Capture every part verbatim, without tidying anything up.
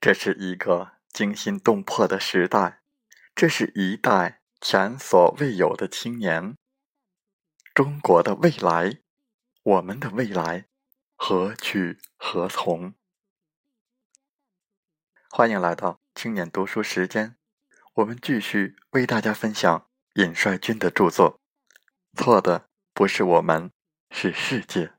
这是一个惊心动魄的时代，这是一代前所未有的青年。中国的未来，我们的未来，何去何从？欢迎来到青年读书时间，我们继续为大家分享尹帅君的著作。错的不是我们，是世界。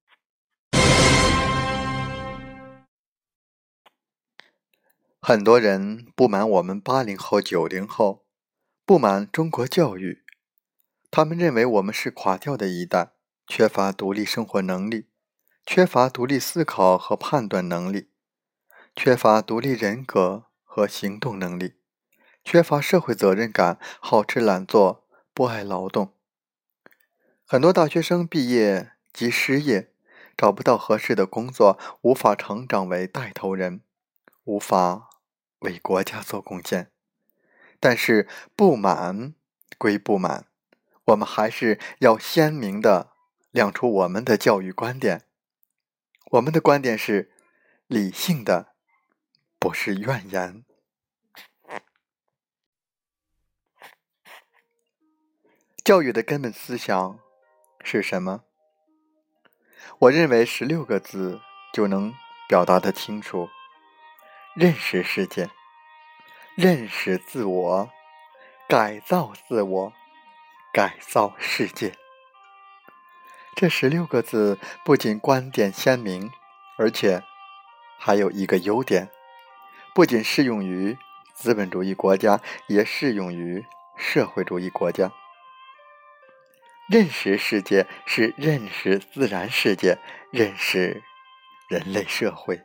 很多人不满我们八零后、九零后，不满中国教育，他们认为我们是垮掉的一代，缺乏独立生活能力，缺乏独立思考和判断能力，缺乏独立人格和行动能力，缺乏社会责任感，好吃懒做，不爱劳动。很多大学生毕业即失业，找不到合适的工作，无法成长为带头人，无法为国家做贡献。但是不满归不满，我们还是要鲜明地亮出我们的教育观点。我们的观点是理性的，不是怨言。教育的根本思想是什么？我认为十六个字就能表达得清楚：认识世界，认识自我，改造自我，改造世界。这十六个字不仅观点鲜明，而且还有一个优点，不仅适用于资本主义国家，也适用于社会主义国家。认识世界是认识自然世界，认识人类社会。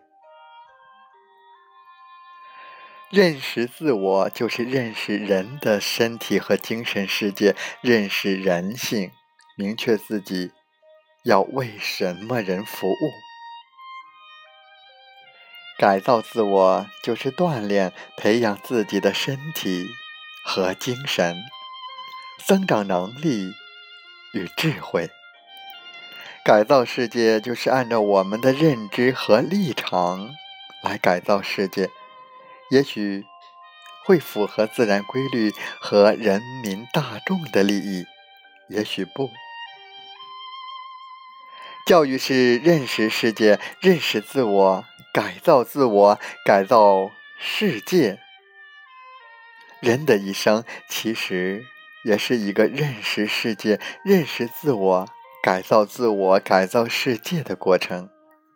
认识自我就是认识人的身体和精神世界，认识人性，明确自己要为什么人服务。改造自我就是锻炼培养自己的身体和精神，增长能力与智慧。改造世界就是按照我们的认知和立场来改造世界，也许会符合自然规律和人民大众的利益，也许不。教育是认识世界，认识自我，改造自我，改造世界。人的一生其实也是一个认识世界、认识自我、改造自我、改造世界的过程。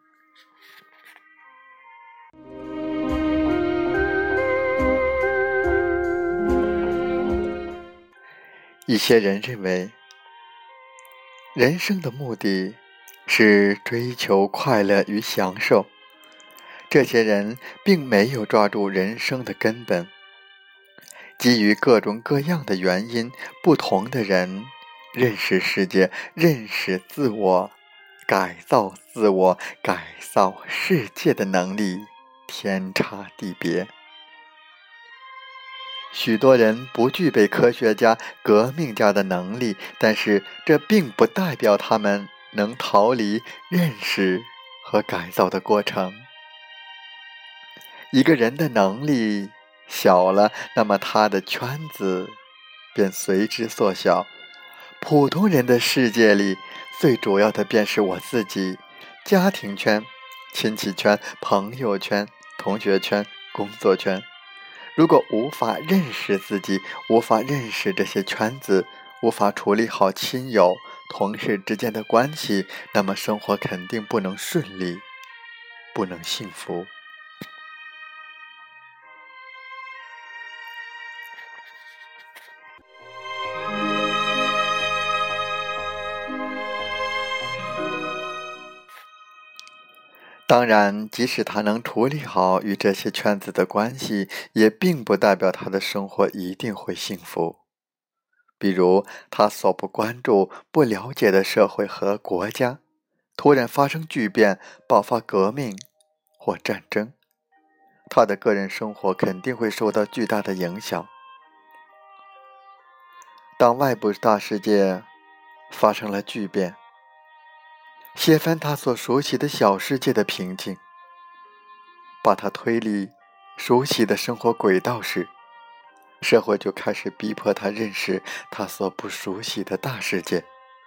一些人认为，人生的目的是追求快乐与享受，这些人并没有抓住人生的根本。基于各种各样的原因，不同的人认识世界，认识自我，改造自我，改造世界的能力天差地别。许多人不具备科学家、革命家的能力，但是这并不代表他们能逃离认识和改造的过程。一个人的能力小了，那么他的圈子便随之缩小。普通人的世界里，最主要的便是我自己，家庭圈、亲戚圈、朋友圈、同学圈、工作圈。如果无法认识自己，无法认识这些圈子，无法处理好亲友、同事之间的关系，那么生活肯定不能顺利，不能幸福。当然，即使他能处理好与这些圈子的关系，也并不代表他的生活一定会幸福。比如，他所不关注、不了解的社会和国家，突然发生巨变，爆发革命或战争，他的个人生活肯定会受到巨大的影响。当外部大世界发生了巨变，掀翻他所熟悉的小世界的平静，把他推离熟悉的生活轨道时，社会就开始逼迫他认识他所不熟悉的大世界。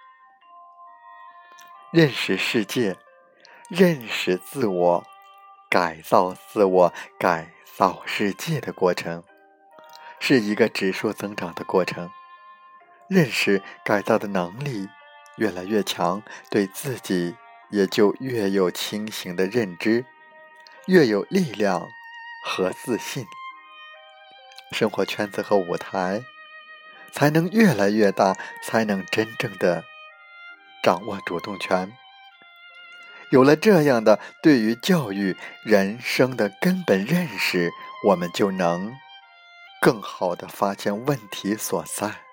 认识世界，认识自我，改造自我，改造世界的过程，是一个指数增长的过程。认识改造的能力越来越强，对自己也就越有清醒的认知，越有力量和自信。生活圈子和舞台才能越来越大，才能真正的掌握主动权。有了这样的对于教育人生的根本认识，我们就能更好地发现问题所在。